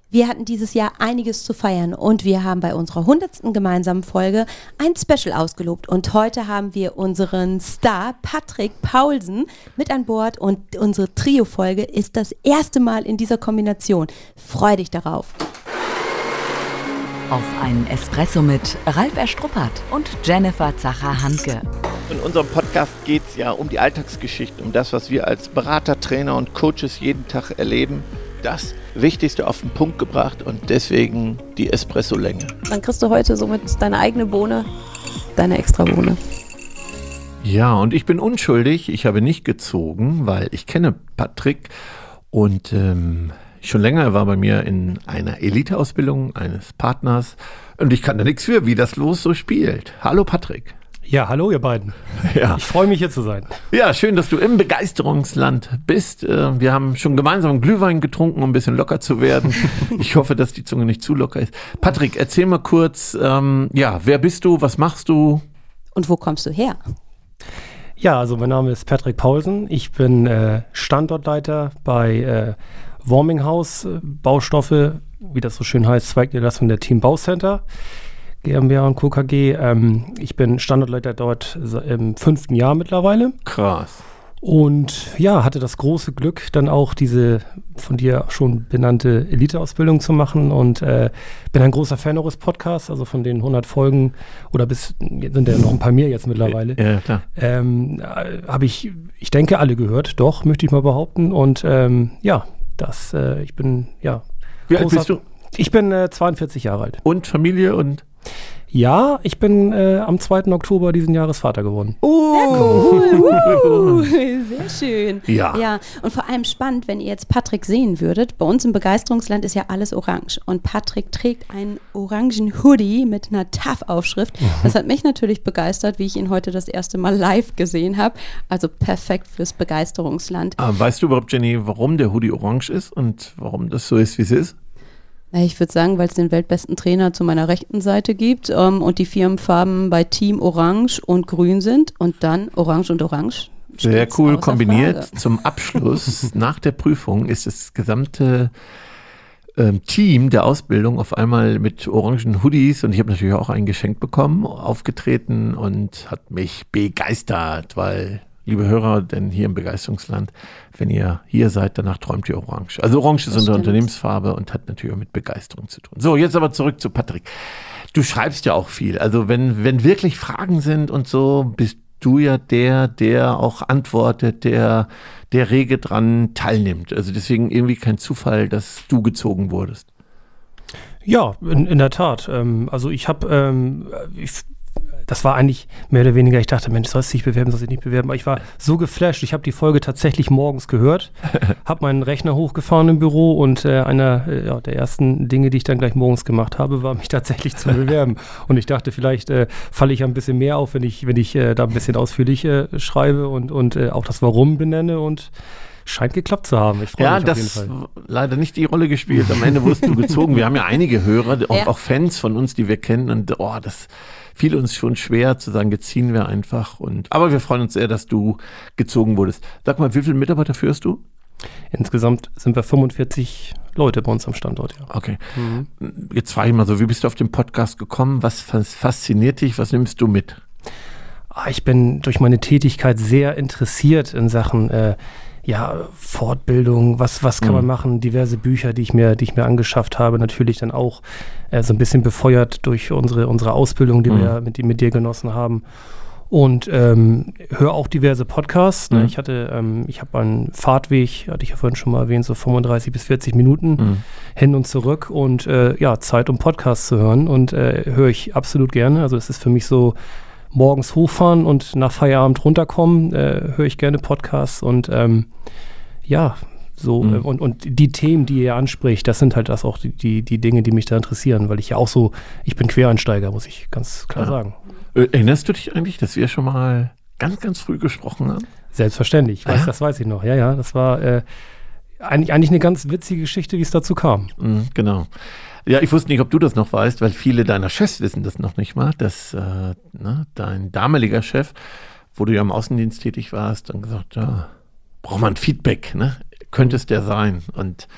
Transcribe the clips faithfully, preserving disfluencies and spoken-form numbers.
Wir hatten dieses Jahr einiges zu feiern und wir haben bei unserer hundertsten gemeinsamen Folge ein Special ausgelobt. Und heute haben wir unseren Star Patrick Paulsen mit an Bord und unsere Trio-Folge ist das erste Mal in dieser Kombination. Freu dich darauf. Auf einen Espresso mit Ralf Erstruppert und Jennifer Zacher-Handke. In unserem Podcast geht es ja um die Alltagsgeschichte, um das, was wir als Berater, Trainer und Coaches jeden Tag erleben. Das Wichtigste auf den Punkt gebracht und deswegen die Espresso-Länge. Dann kriegst du heute somit deine eigene Bohne, deine Extra-Bohne. Ja, und ich bin unschuldig. Ich habe nicht gezogen, weil ich kenne Patrick und ähm, schon länger, er war bei mir in einer Elite-Ausbildung eines Partners und ich kann da nichts für, wie das Los so spielt. Hallo Patrick. Ja, hallo ihr beiden. Ja. Ich freue mich hier zu sein. Ja, schön, dass du im Begeisterungsland bist. Wir haben schon gemeinsam Glühwein getrunken, um ein bisschen locker zu werden. Ich hoffe, dass die Zunge nicht zu locker ist. Patrick, erzähl mal kurz, ähm, ja, wer bist du, was machst du? Und wo kommst du her? Ja, also mein Name ist Patrick Paulsen. Ich bin äh, Standortleiter bei äh, Warminghaus äh, Baustoffe, wie das so schön heißt, Zweigniederlassung der Team Baucenter. GmbH und Co. K G. Ähm, ich bin Standortleiter dort im fünften Jahr mittlerweile. Krass. Und ja, hatte das große Glück, dann auch diese von dir schon benannte Elite-Ausbildung zu machen und äh, bin ein großer Fan eures Podcasts, also von den hundert Folgen oder bis, sind ja noch ein paar mehr jetzt mittlerweile. Ja, klar. Ähm, habe ich, ich denke, alle gehört, doch, möchte ich mal behaupten. Und ähm, ja, das, äh, ich bin, ja. Wie alt bist du? Ich bin äh, zweiundvierzig Jahre alt. Und Familie und? Ja, ich bin äh, am zweiten Oktober diesen Jahres Vater geworden. Oh, sehr cool. Uh, sehr schön. Ja. Ja. Und vor allem spannend, wenn ihr jetzt Patrick sehen würdet. Bei uns im Begeisterungsland ist ja alles orange. Und Patrick trägt einen orangen Hoodie mit einer T A F-Aufschrift. Mhm. Das hat mich natürlich begeistert, wie ich ihn heute das erste Mal live gesehen habe. Also perfekt fürs Begeisterungsland. Ah, weißt du überhaupt, Jenny, warum der Hoodie orange ist und warum das so ist, wie es ist? Ich würde sagen, weil es den weltbesten Trainer zu meiner rechten Seite gibt ähm, und die Firmenfarben bei Team Orange und Grün sind und dann Orange und Orange. Sehr cool kombiniert. Frage. Zum Abschluss nach der Prüfung ist das gesamte ähm, Team der Ausbildung auf einmal mit orangen Hoodies und ich habe natürlich auch einen geschenkt bekommen, aufgetreten und hat mich begeistert, weil... Liebe Hörer, denn hier im Begeisterungsland, wenn ihr hier seid, danach träumt ihr orange. Also orange ist unsere Unternehmensfarbe und hat natürlich auch mit Begeisterung zu tun. So, jetzt aber zurück zu Patrick. Du schreibst ja auch viel. Also wenn, wenn wirklich Fragen sind und so, bist du ja der, der auch antwortet, der, der rege dran teilnimmt. Also deswegen irgendwie kein Zufall, dass du gezogen wurdest. Ja, in, in der Tat. Ähm, also ich habe... Ähm, Das war eigentlich mehr oder weniger, ich dachte, Mensch, sollst du dich bewerben, sollst du dich nicht bewerben. Aber ich war so geflasht, ich habe die Folge tatsächlich morgens gehört, habe meinen Rechner hochgefahren im Büro und äh, einer äh, ja, der ersten Dinge, die ich dann gleich morgens gemacht habe, war mich tatsächlich zu bewerben. Und ich dachte, vielleicht äh, falle ich ein bisschen mehr auf, wenn ich, wenn ich äh, da ein bisschen ausführlich äh, schreibe und, und äh, auch das Warum benenne und scheint geklappt zu haben. Ich freue ja, mich auf jeden Fall. Ja, das leider nicht die Rolle gespielt. Am Ende wurdest du gezogen. Wir haben ja einige Hörer, auch, ja. auch Fans von uns, die wir kennen. Und oh, das fiel uns schon schwer zu sagen, jetzt ziehen wir einfach. Und, aber wir freuen uns sehr, dass du gezogen wurdest. Sag mal, wie viele Mitarbeiter führst du? Insgesamt sind wir fünfundvierzig Leute bei uns am Standort, ja. Okay. Mhm. Jetzt frage ich mal so, wie bist du auf den Podcast gekommen? Was fasziniert dich? Was nimmst du mit? Ich bin durch meine Tätigkeit sehr interessiert in Sachen äh, ja, Fortbildung, was, was kann mhm. man machen, diverse Bücher, die ich mir, die ich mir angeschafft habe, natürlich dann auch äh, so ein bisschen befeuert durch unsere, unsere Ausbildung, die mhm. wir mit, mit dir genossen haben. Und ähm, höre auch diverse Podcasts. Ne? Mhm. Ich hatte, ähm, ich habe einen Fahrtweg, hatte ich ja vorhin schon mal erwähnt, so fünfunddreißig bis vierzig Minuten mhm. hin und zurück und äh, ja, Zeit, um Podcasts zu hören und äh, höre ich absolut gerne. Also es ist für mich so, morgens hochfahren und nach Feierabend runterkommen, äh, höre ich gerne Podcasts und ähm, ja, so mhm. äh, und, und die Themen, die ihr anspricht, das sind halt das auch die, die, die Dinge, die mich da interessieren, weil ich ja auch so, ich bin Quereinsteiger, muss ich ganz klar ja. sagen. Erinnerst du dich eigentlich, dass wir schon mal ganz, ganz früh gesprochen haben? Selbstverständlich, ich weiß, ja? das weiß ich noch, ja, ja, das war äh, eigentlich, eigentlich eine ganz witzige Geschichte, wie es dazu kam. Mhm, genau. Ja, ich wusste nicht, ob du das noch weißt, weil viele deiner Chefs wissen das noch nicht mal, dass äh, ne, dein damaliger Chef, wo du ja im Außendienst tätig warst, dann gesagt, ja, braucht man Feedback, ne? Könnte es der sein? Und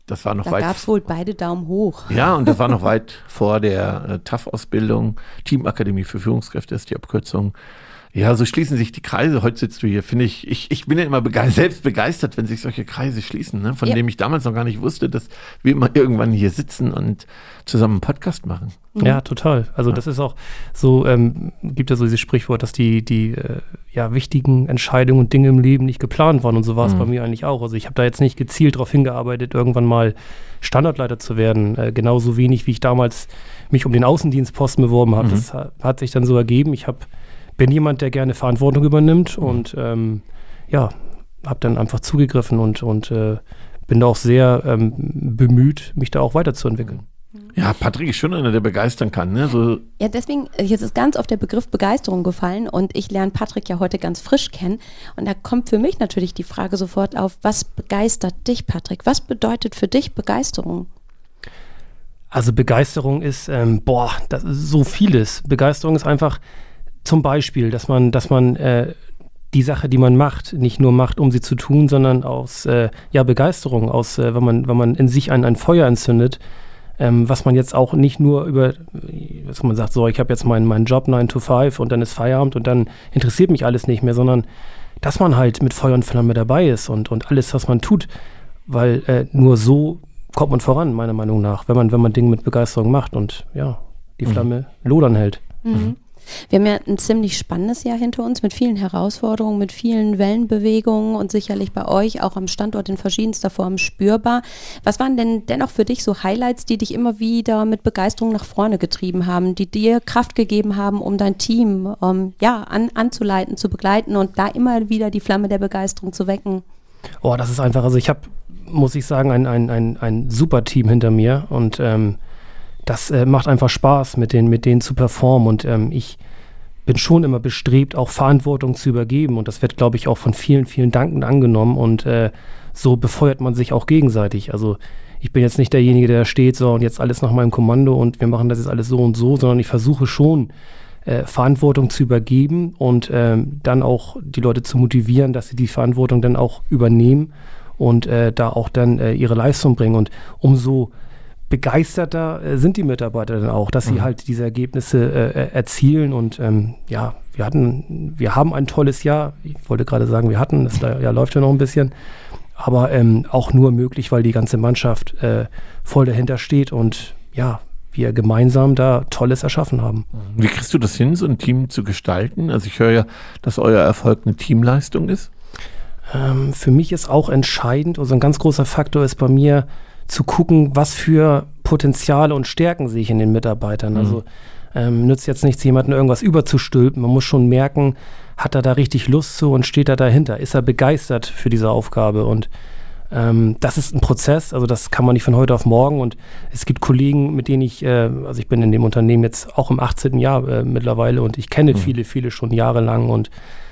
das war noch Da weit. gab es wohl beide Daumen hoch. Ja, und das war noch weit vor der äh, T A F-Ausbildung. Teamakademie für Führungskräfte ist die Abkürzung. Ja, so schließen sich die Kreise. Heute sitzt du hier, finde ich, ich, ich bin ja immer bege- selbst begeistert, wenn sich solche Kreise schließen, ne? Von Ja. dem ich damals noch gar nicht wusste, dass wir immer irgendwann hier sitzen und zusammen einen Podcast machen. Ja, total. Also Ja. das ist auch so, ähm, gibt ja so dieses Sprichwort, dass die, die äh, ja, wichtigen Entscheidungen und Dinge im Leben nicht geplant waren und so war es Mhm. bei mir eigentlich auch. Also ich habe da jetzt nicht gezielt darauf hingearbeitet, irgendwann mal Standortleiter zu werden. Äh, genauso wenig, wie ich damals mich um den Außendienstposten beworben habe. Mhm. Das ha- hat sich dann so ergeben. Ich hab, bin jemand, der gerne Verantwortung übernimmt Mhm. und ähm, ja, habe dann einfach zugegriffen und, und äh, bin da auch sehr ähm, bemüht, mich da auch weiterzuentwickeln. Ja, Patrick ist schon einer, der begeistern kann, ne? So, Ja, deswegen, äh, jetzt ist ganz oft der Begriff Begeisterung gefallen und ich lerne Patrick ja heute ganz frisch kennen und da kommt für mich natürlich die Frage sofort auf, was begeistert dich, Patrick? Was bedeutet für dich Begeisterung? Also Begeisterung ist, ähm, boah, das ist so vieles. Begeisterung ist einfach zum Beispiel, dass man, dass man äh, die Sache, die man macht, nicht nur macht, um sie zu tun, sondern aus äh, ja, Begeisterung, aus, äh, wenn man, wenn man in sich ein, ein Feuer entzündet, ähm, was man jetzt auch nicht nur über, dass man sagt, so, ich habe jetzt meinen, meinen Job nine to five und dann ist Feierabend und dann interessiert mich alles nicht mehr, sondern dass man halt mit Feuer und Flamme dabei ist und, und alles, was man tut, weil äh, nur so kommt man voran, meiner Meinung nach, wenn man, wenn man Dinge mit Begeisterung macht und ja, die Flamme lodern hält. Mhm. Wir haben ja ein ziemlich spannendes Jahr hinter uns mit vielen Herausforderungen, mit vielen Wellenbewegungen und sicherlich bei euch auch am Standort in verschiedenster Form spürbar. Was waren denn dennoch für dich so Highlights, die dich immer wieder mit Begeisterung nach vorne getrieben haben, die dir Kraft gegeben haben, um dein Team ähm, ja, an, anzuleiten, zu begleiten und da immer wieder die Flamme der Begeisterung zu wecken? Oh, das ist einfach, also ich habe, muss ich sagen, ein, ein, ein, ein super Team hinter mir und ähm, das äh, macht einfach Spaß, mit denen, mit denen zu performen und ähm, ich bin schon immer bestrebt, auch Verantwortung zu übergeben und das wird, glaube ich, auch von vielen, vielen dankend angenommen und äh, so befeuert man sich auch gegenseitig. Also ich bin jetzt nicht derjenige, der steht so und jetzt alles nach meinem Kommando und wir machen das jetzt alles so und so, sondern ich versuche schon, äh, Verantwortung zu übergeben und ähm, dann auch die Leute zu motivieren, dass sie die Verantwortung dann auch übernehmen und äh, da auch dann äh, ihre Leistung bringen und umso begeisterter äh, sind die Mitarbeiter dann auch, dass sie Mhm. halt diese Ergebnisse äh, erzielen und ähm, ja, wir hatten, wir haben ein tolles Jahr, ich wollte gerade sagen, wir hatten, das ja, läuft ja noch ein bisschen, aber ähm, auch nur möglich, weil die ganze Mannschaft äh, voll dahinter steht und ja, wir gemeinsam da Tolles erschaffen haben. wie kriegst du das hin, so ein Team zu gestalten? Also ich höre ja, dass euer Erfolg eine Teamleistung ist. Ähm, für mich ist auch entscheidend, also ein ganz großer Faktor ist bei mir, zu gucken, was für Potenziale und Stärken sehe ich in den Mitarbeitern. Mhm. Also ähm, nützt jetzt nichts, jemanden irgendwas überzustülpen. Man muss schon merken, hat er da richtig Lust zu und steht er dahinter? Ist er begeistert für diese Aufgabe? Und ähm, das ist ein Prozess, also das kann man nicht von heute auf morgen. Und es gibt Kollegen, mit denen ich, äh, also ich bin in dem Unternehmen jetzt auch im achtzehnten Jahr äh, mittlerweile und ich kenne Mhm. viele, viele schon jahrelang und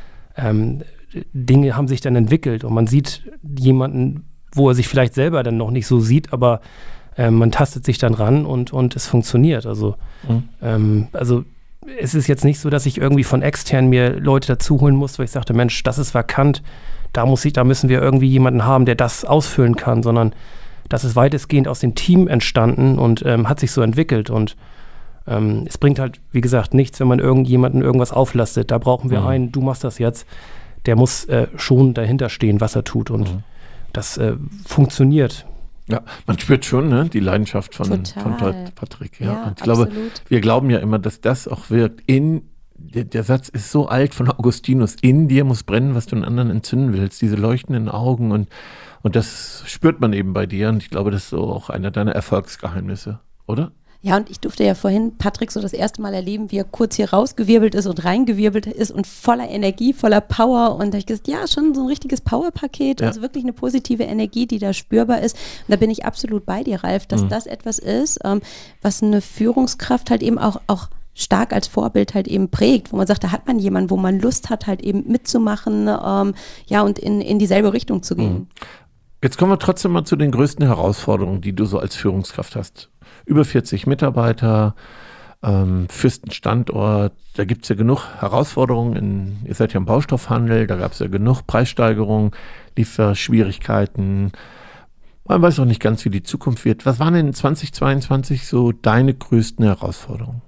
ähm, Dinge haben sich dann entwickelt und man sieht jemanden, wo er sich vielleicht selber dann noch nicht so sieht, aber äh, man tastet sich dann ran und, und es funktioniert. Also, Mhm. ähm, also es ist jetzt nicht so, dass ich irgendwie von extern mir Leute dazu holen muss, weil ich sagte, Mensch, das ist vakant, da muss ich, da müssen wir irgendwie jemanden haben, der das ausfüllen kann, sondern das ist weitestgehend aus dem Team entstanden und ähm, hat sich so entwickelt und ähm, es bringt halt, wie gesagt, nichts, wenn man irgendjemanden irgendwas auflastet. Da brauchen wir Mhm. einen, du machst das jetzt, der muss äh, schon dahinter stehen, was er tut und Mhm. das äh, funktioniert. Ja, man spürt schon, ne, die Leidenschaft von, Total. von Pat- Patrick. Ja. Ja, und ich glaube, absolut. wir glauben ja immer, dass das auch wirkt. In, der, der Satz ist so alt von Augustinus. In dir muss brennen, was du in anderen entzünden willst. Diese leuchtenden Augen und, und das spürt man eben bei dir. Und ich glaube, das ist so auch einer deiner Erfolgsgeheimnisse, oder? Ja, und ich durfte ja vorhin Patrick so das erste Mal erleben, wie er kurz hier rausgewirbelt ist und reingewirbelt ist und voller Energie, voller Power. Und da habe ich gesagt, ja, schon so ein richtiges Powerpaket, Ja. also wirklich eine positive Energie, die da spürbar ist. Und da bin ich absolut bei dir, Ralf, dass Mhm. das etwas ist, ähm, was eine Führungskraft halt eben auch, auch stark als Vorbild halt eben prägt, wo man sagt, da hat man jemanden, wo man Lust hat, halt eben mitzumachen, ähm, ja, und in, in dieselbe Richtung zu gehen. Mhm. Jetzt kommen wir trotzdem mal zu den größten Herausforderungen, die du so als Führungskraft hast. Über vierzig Mitarbeiter, ähm, Fürstenstandort, da gibt es ja genug Herausforderungen. In, ihr seid ja im Baustoffhandel, da gab es ja genug Preissteigerungen, Lieferschwierigkeiten. Man weiß auch nicht ganz, wie die Zukunft wird. Was waren denn zwanzig zweiundzwanzig so deine größten Herausforderungen?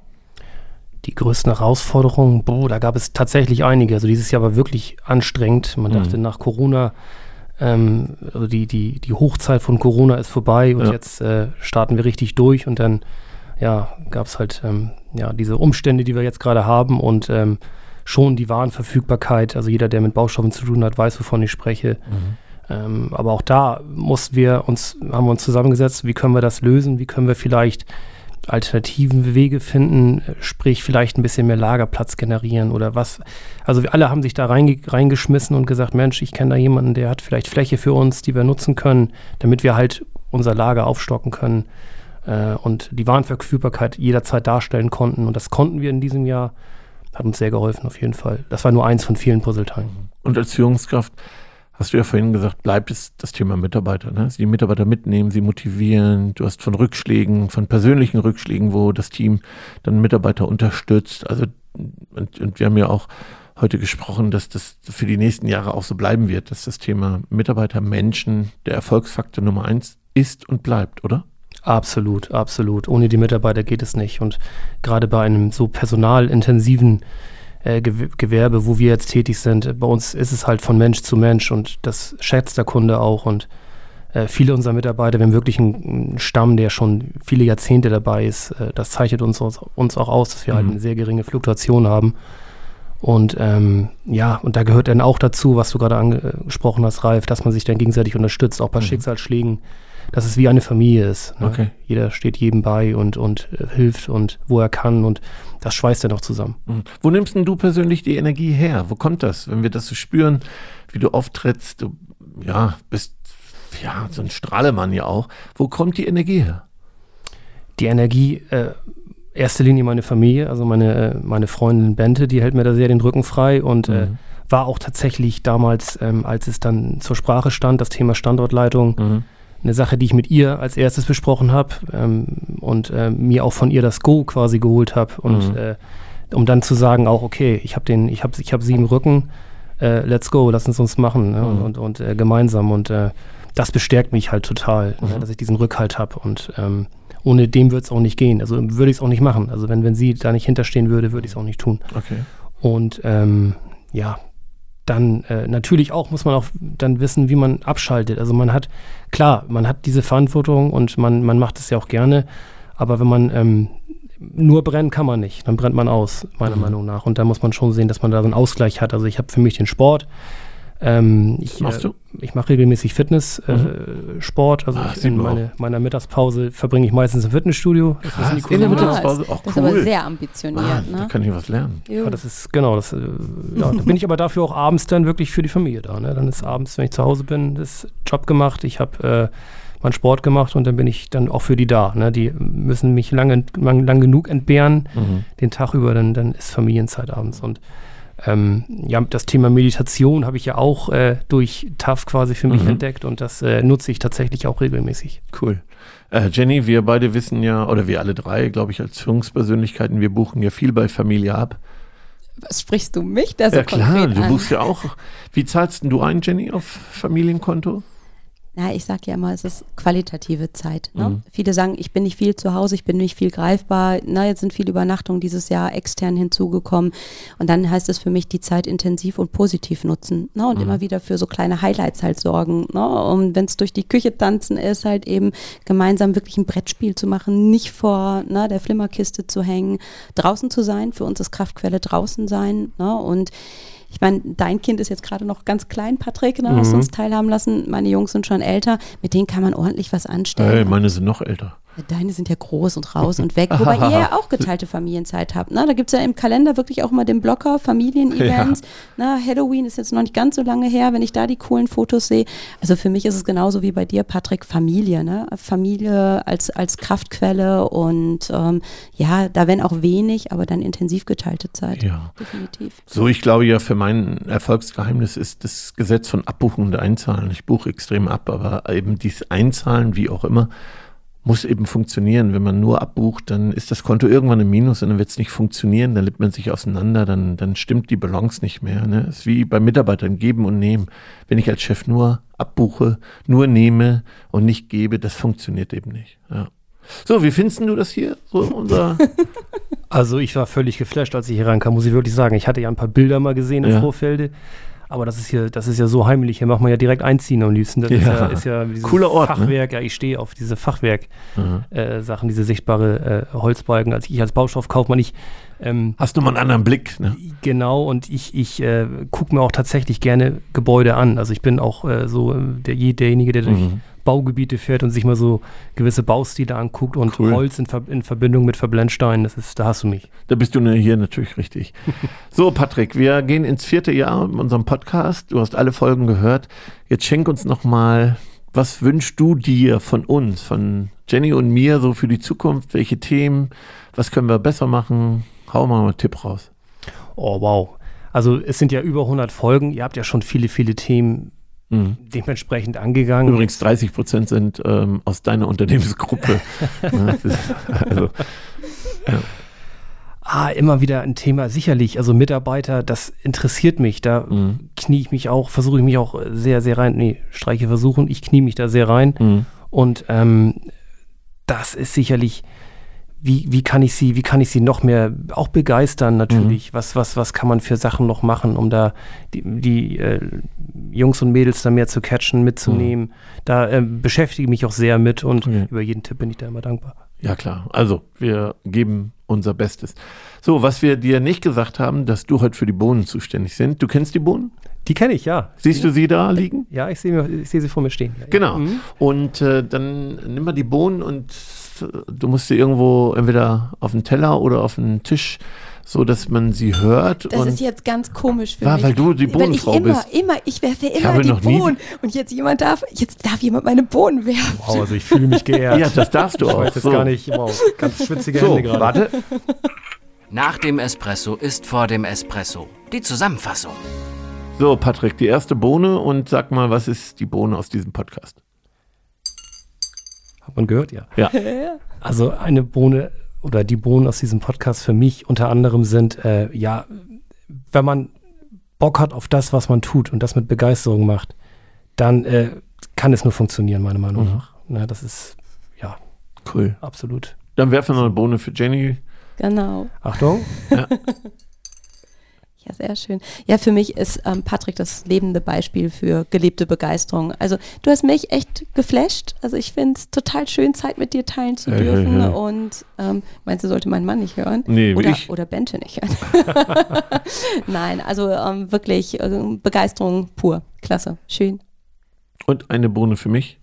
Die größten Herausforderungen, boah, da gab es tatsächlich einige. Also dieses Jahr war wirklich anstrengend. Man mhm. dachte nach Corona, ähm, also die, die, die Hochzeit von Corona ist vorbei und ja. jetzt äh, starten wir richtig durch. Und dann ja, gab es halt ähm, ja, diese Umstände, die wir jetzt gerade haben und ähm, schon die Warenverfügbarkeit. Also jeder, der mit Baustoffen zu tun hat, weiß, wovon ich spreche. Mhm. Ähm, aber auch da mussten wir uns, haben wir uns zusammengesetzt, wie können wir das lösen, wie können wir vielleicht alternativen Wege finden, sprich vielleicht ein bisschen mehr Lagerplatz generieren oder was. Also wir alle haben sich da reinge- reingeschmissen und gesagt, Mensch, ich kenne da jemanden, der hat vielleicht Fläche für uns, die wir nutzen können, damit wir halt unser Lager aufstocken können äh, und die Warenverfügbarkeit jederzeit darstellen konnten. Und das konnten wir in diesem Jahr, hat uns sehr geholfen auf jeden Fall. Das war nur eins von vielen Puzzleteilen. Und als Führungskraft hast du ja vorhin gesagt, bleibt es das Thema Mitarbeiter. Ne? Die Mitarbeiter mitnehmen, sie motivieren. Du hast von Rückschlägen, von persönlichen Rückschlägen, wo das Team dann Mitarbeiter unterstützt. Also und, und wir haben ja auch heute gesprochen, dass das für die nächsten Jahre auch so bleiben wird, dass das Thema Mitarbeiter, Menschen der Erfolgsfaktor Nummer eins ist und bleibt, oder? Absolut, absolut. Ohne die Mitarbeiter geht es nicht. Und gerade bei einem so personalintensiven Äh, Gewerbe, wo wir jetzt tätig sind. Bei uns ist es halt von Mensch zu Mensch und das schätzt der Kunde auch und äh, viele unserer Mitarbeiter, wir haben wirklich einen, einen Stamm, der schon viele Jahrzehnte dabei ist. Äh, das zeichnet uns, uns auch aus, dass wir mhm. halt eine sehr geringe Fluktuation haben und ähm, ja, und da gehört dann auch dazu, was du gerade angesprochen hast, Ralf, dass man sich dann gegenseitig unterstützt, auch bei mhm. Schicksalsschlägen, dass es wie eine Familie ist. Ne? Okay. Jeder steht jedem bei und, und äh, hilft und wo er kann und das schweißt dann auch zusammen. Mhm. Wo nimmst denn du persönlich die Energie her? Wo kommt das? Wenn wir das so spüren, wie du auftrittst, du ja, bist ja so ein Strahlemann ja auch. Wo kommt die Energie her? Die Energie, äh, erster Linie meine Familie, also meine, äh, meine Freundin Bente, die hält mir da sehr den Rücken frei und mhm. äh, war auch tatsächlich damals, ähm, als es dann zur Sprache stand, das Thema Standortleitung, mhm. eine Sache, die ich mit ihr als erstes besprochen habe ähm, und äh, mir auch von ihr das Go quasi geholt habe und mhm. äh, um dann zu sagen auch, okay, ich habe den, ich habe ich habe sie im Rücken, äh, let's go, lass uns uns machen ne? mhm. und, und äh, gemeinsam und äh, das bestärkt mich halt total, mhm. ne? dass ich diesen Rückhalt habe und ähm, ohne dem würde es auch nicht gehen, also würde ich es auch nicht machen, also wenn, wenn sie da nicht hinterstehen würde, würde ich es auch nicht tun. Okay. Und ähm, ja, dann äh, natürlich auch muss man auch dann wissen, wie man abschaltet. Also man hat, klar, man hat diese Verantwortung und man, man macht es ja auch gerne, aber wenn man ähm, nur brennen kann man nicht, dann brennt man aus, meiner mhm. Meinung nach. Und da muss man schon sehen, dass man da so einen Ausgleich hat. Also ich habe für mich den Sport. Ähm, ich, machst du? Äh, ich mache regelmäßig Fitness-Sport. Äh, mhm. Also Ach, ich in meine, meiner Mittagspause verbringe ich meistens im Fitnessstudio. Das Krass, ist in der Cool. Mittagspause, auch Das cool. ist aber sehr ambitioniert. Ah, Ne? Da kann ich was lernen. Ja, das ist, genau, das, äh, ja, da bin ich aber dafür auch abends dann wirklich für die Familie da. Ne? Dann ist abends, wenn ich zu Hause bin, das Job gemacht, ich habe äh, meinen Sport gemacht und dann bin ich dann auch für die da. Ne? Die müssen mich lange, lang, lang genug entbehren, mhm. den Tag über, dann, dann ist Familienzeit abends. Und ähm, ja, das Thema Meditation habe ich ja auch äh, durch T A F quasi für mich mhm. entdeckt und das äh, nutze ich tatsächlich auch regelmäßig. Cool. Äh, Jenny, wir beide wissen ja, oder wir alle drei, glaube ich, als Führungspersönlichkeiten, wir buchen ja viel bei Familie ab. Was sprichst du mich da so ja klar, konkret du an? buchst ja auch. Wie zahlst denn du ein, Jenny, auf Familienkonto? Na, ich sage ja immer, es ist qualitative Zeit. Ne? Mhm. Viele sagen, ich bin nicht viel zu Hause, ich bin nicht viel greifbar. Na, jetzt sind viele Übernachtungen dieses Jahr extern hinzugekommen. Und dann heißt es für mich, die Zeit intensiv und positiv nutzen. Ne? Und mhm. immer wieder für so kleine Highlights halt sorgen. Ne? Und wenn es durch die Küche tanzen ist, halt eben gemeinsam wirklich ein Brettspiel zu machen, nicht vor ne, der Flimmerkiste zu hängen, draußen zu sein. Für uns ist Kraftquelle draußen sein. Ne? Und ich meine, dein Kind ist jetzt gerade noch ganz klein, Patrick, ne, hast Mhm. uns teilhaben lassen. Meine Jungs sind schon älter. Mit denen kann man ordentlich was anstellen. Hey, meine sind noch älter. Ja, deine sind ja groß und raus und weg. Wobei ihr ja auch geteilte Familienzeit habt. Ne? Da gibt es ja im Kalender wirklich auch mal den Blocker, Familienevents. Ja. Ne? Halloween ist jetzt noch nicht ganz so lange her, wenn ich da die coolen Fotos sehe. Also für mich ist es genauso wie bei dir, Patrick, Familie. Ne? Familie als, als Kraftquelle und ähm, ja, da wenn auch wenig, aber dann intensiv geteilte Zeit. Ja. Definitiv. So, ich glaube ja, für mein Erfolgsgeheimnis ist das Gesetz von Abbuchen und Einzahlen. Ich buche extrem ab, aber eben dieses Einzahlen, wie auch immer, muss eben funktionieren. Wenn man nur abbucht, dann ist das Konto irgendwann im Minus und dann wird es nicht funktionieren, dann lebt man sich auseinander, dann, dann stimmt die Balance nicht mehr. Ne? Das ist wie bei Mitarbeitern, geben und nehmen. Wenn ich als Chef nur abbuche, nur nehme und nicht gebe, das funktioniert eben nicht. Ja. So, wie findest du das hier? So unser Also ich war völlig geflasht, als ich hier reinkam, muss ich wirklich sagen. Ich hatte ja ein paar Bilder mal gesehen im Ja. Vorfelde. Aber das ist hier, das ist ja so heimlich. Hier macht man ja direkt einziehen am liebsten. Das Ja. ist ja, ist ja dieses Cooler Ort, ne? Fachwerk. Ja, ich stehe auf diese Mhm. Fachwerk-Sachen, diese sichtbare äh, Holzbalken. Als ich als Baustoffkaufmann, ich ähm, Hast du mal einen anderen Blick, ne? genau, und ich, ich äh, gucke mir auch tatsächlich gerne Gebäude an. Also ich bin auch äh, so äh, der, derjenige, der durch Mhm. Baugebiete fährt und sich mal so gewisse Baustile anguckt und Cool. Holz in, Ver in Verbindung mit Verblendsteinen. Das ist, da hast du mich. Da bist du ne- hier natürlich richtig. So, Patrick, wir gehen ins vierte Jahr mit unserem Podcast. Du hast alle Folgen gehört. Jetzt schenk uns noch mal, was wünschst du dir von uns, von Jenny und mir so für die Zukunft? Welche Themen? Was können wir besser machen? Hau mal einen Tipp raus. Oh, wow. Also es sind ja über hundert Folgen. Ihr habt ja schon viele, viele Themen Mhm. dementsprechend angegangen. Übrigens dreißig Prozent sind ähm, aus deiner Unternehmensgruppe. Ja, das ist, also, Ah, immer wieder ein Thema, sicherlich. Also Mitarbeiter, das interessiert mich. Da Mhm. knie ich mich auch, versuche ich mich auch sehr, sehr rein. Nee, Streiche versuchen. Ich knie mich da sehr rein. mhm. Und ähm, das ist sicherlich, wie, wie kann ich sie, wie kann ich sie noch mehr auch begeistern natürlich? Was, was, was kann man für Sachen noch machen, um da die, die äh, Jungs und Mädels da mehr zu catchen, mitzunehmen? Da äh, beschäftige ich mich auch sehr mit und Okay. über jeden Tipp bin ich da immer dankbar. Ja, klar. Also, wir geben unser Bestes. So, was wir dir nicht gesagt haben, dass du heute für die Bohnen zuständig sind. Du kennst die Bohnen? Die kenne ich, ja. Siehst du sie da liegen? Ja, ich sehe ich sehe sie vor mir stehen. Ja, Genau. Ja. Mhm. Und äh, dann nimm mal die Bohnen und äh, du musst sie irgendwo entweder auf den Teller oder auf den Tisch, so dass man sie hört. Das und ist jetzt ganz komisch für Ja, mich. weil du die Bohnenfrau weil ich immer, bist. immer, ich werfe Ich immer habe die noch nie- Bohnen. Und jetzt jemand darf, jetzt darf jemand meine Bohnen werfen. Wow, also ich fühle mich geehrt. ja, das darfst du ich auch. weiß jetzt so. gar nicht, wow, ganz schwitzige So, Hände gerade. warte. Nach dem Espresso ist vor dem Espresso. Die Zusammenfassung. So, Patrick, die erste Bohne und sag mal, was ist die Bohne aus diesem Podcast? Hat man gehört, ja. Ja. Also eine Bohne oder die Bohnen aus diesem Podcast für mich unter anderem sind, äh, ja, wenn man Bock hat auf das, was man tut und das mit Begeisterung macht, dann äh, kann es nur funktionieren, meiner Meinung Mhm. nach. Na, das ist, ja, Cool. absolut. Dann werfen wir noch eine Bohne für Jenny. Genau. Achtung. Ja, sehr schön. Ja, für mich ist ähm, Patrick das lebende Beispiel für gelebte Begeisterung. Also du hast mich echt geflasht. Also ich finde es total schön, Zeit mit dir teilen zu Hey, hey, dürfen. hey. Und ähm, meinst du, sollte mein Mann nicht hören? Nee, oder, ich. oder Bente nicht hören. Nein, also ähm, wirklich äh, Begeisterung pur. Klasse, schön. Und eine Bohne für mich.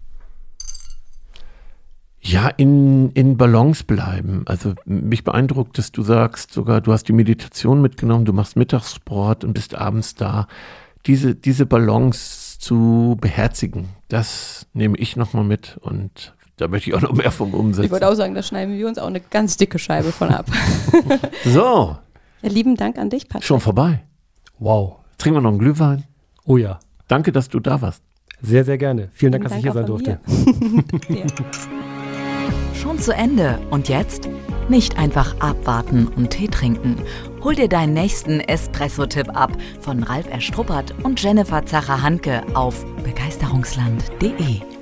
Ja, in, in Balance bleiben. Also mich beeindruckt, dass du sagst, sogar du hast die Meditation mitgenommen, du machst Mittagssport und bist abends da. Diese, diese Balance zu beherzigen, das nehme ich nochmal mit und da möchte ich auch noch mehr vom umsetzen. Ich würde auch sagen, da schneiden wir uns auch eine ganz dicke Scheibe von ab. So, Ja, lieben Dank an dich, Patrick. schon vorbei. Wow. Trinken wir noch einen Glühwein. Oh ja. Danke, dass du da warst. Sehr, sehr gerne. Vielen Dank, dass ich hier sein auch von durfte. mir. Ja. Schon zu Ende. Und jetzt? Nicht einfach abwarten und Tee trinken. Hol dir deinen nächsten Espresso-Tipp ab von Ralf Erstruppert und Jennifer Zacher-Hanke auf begeisterungsland punkt de.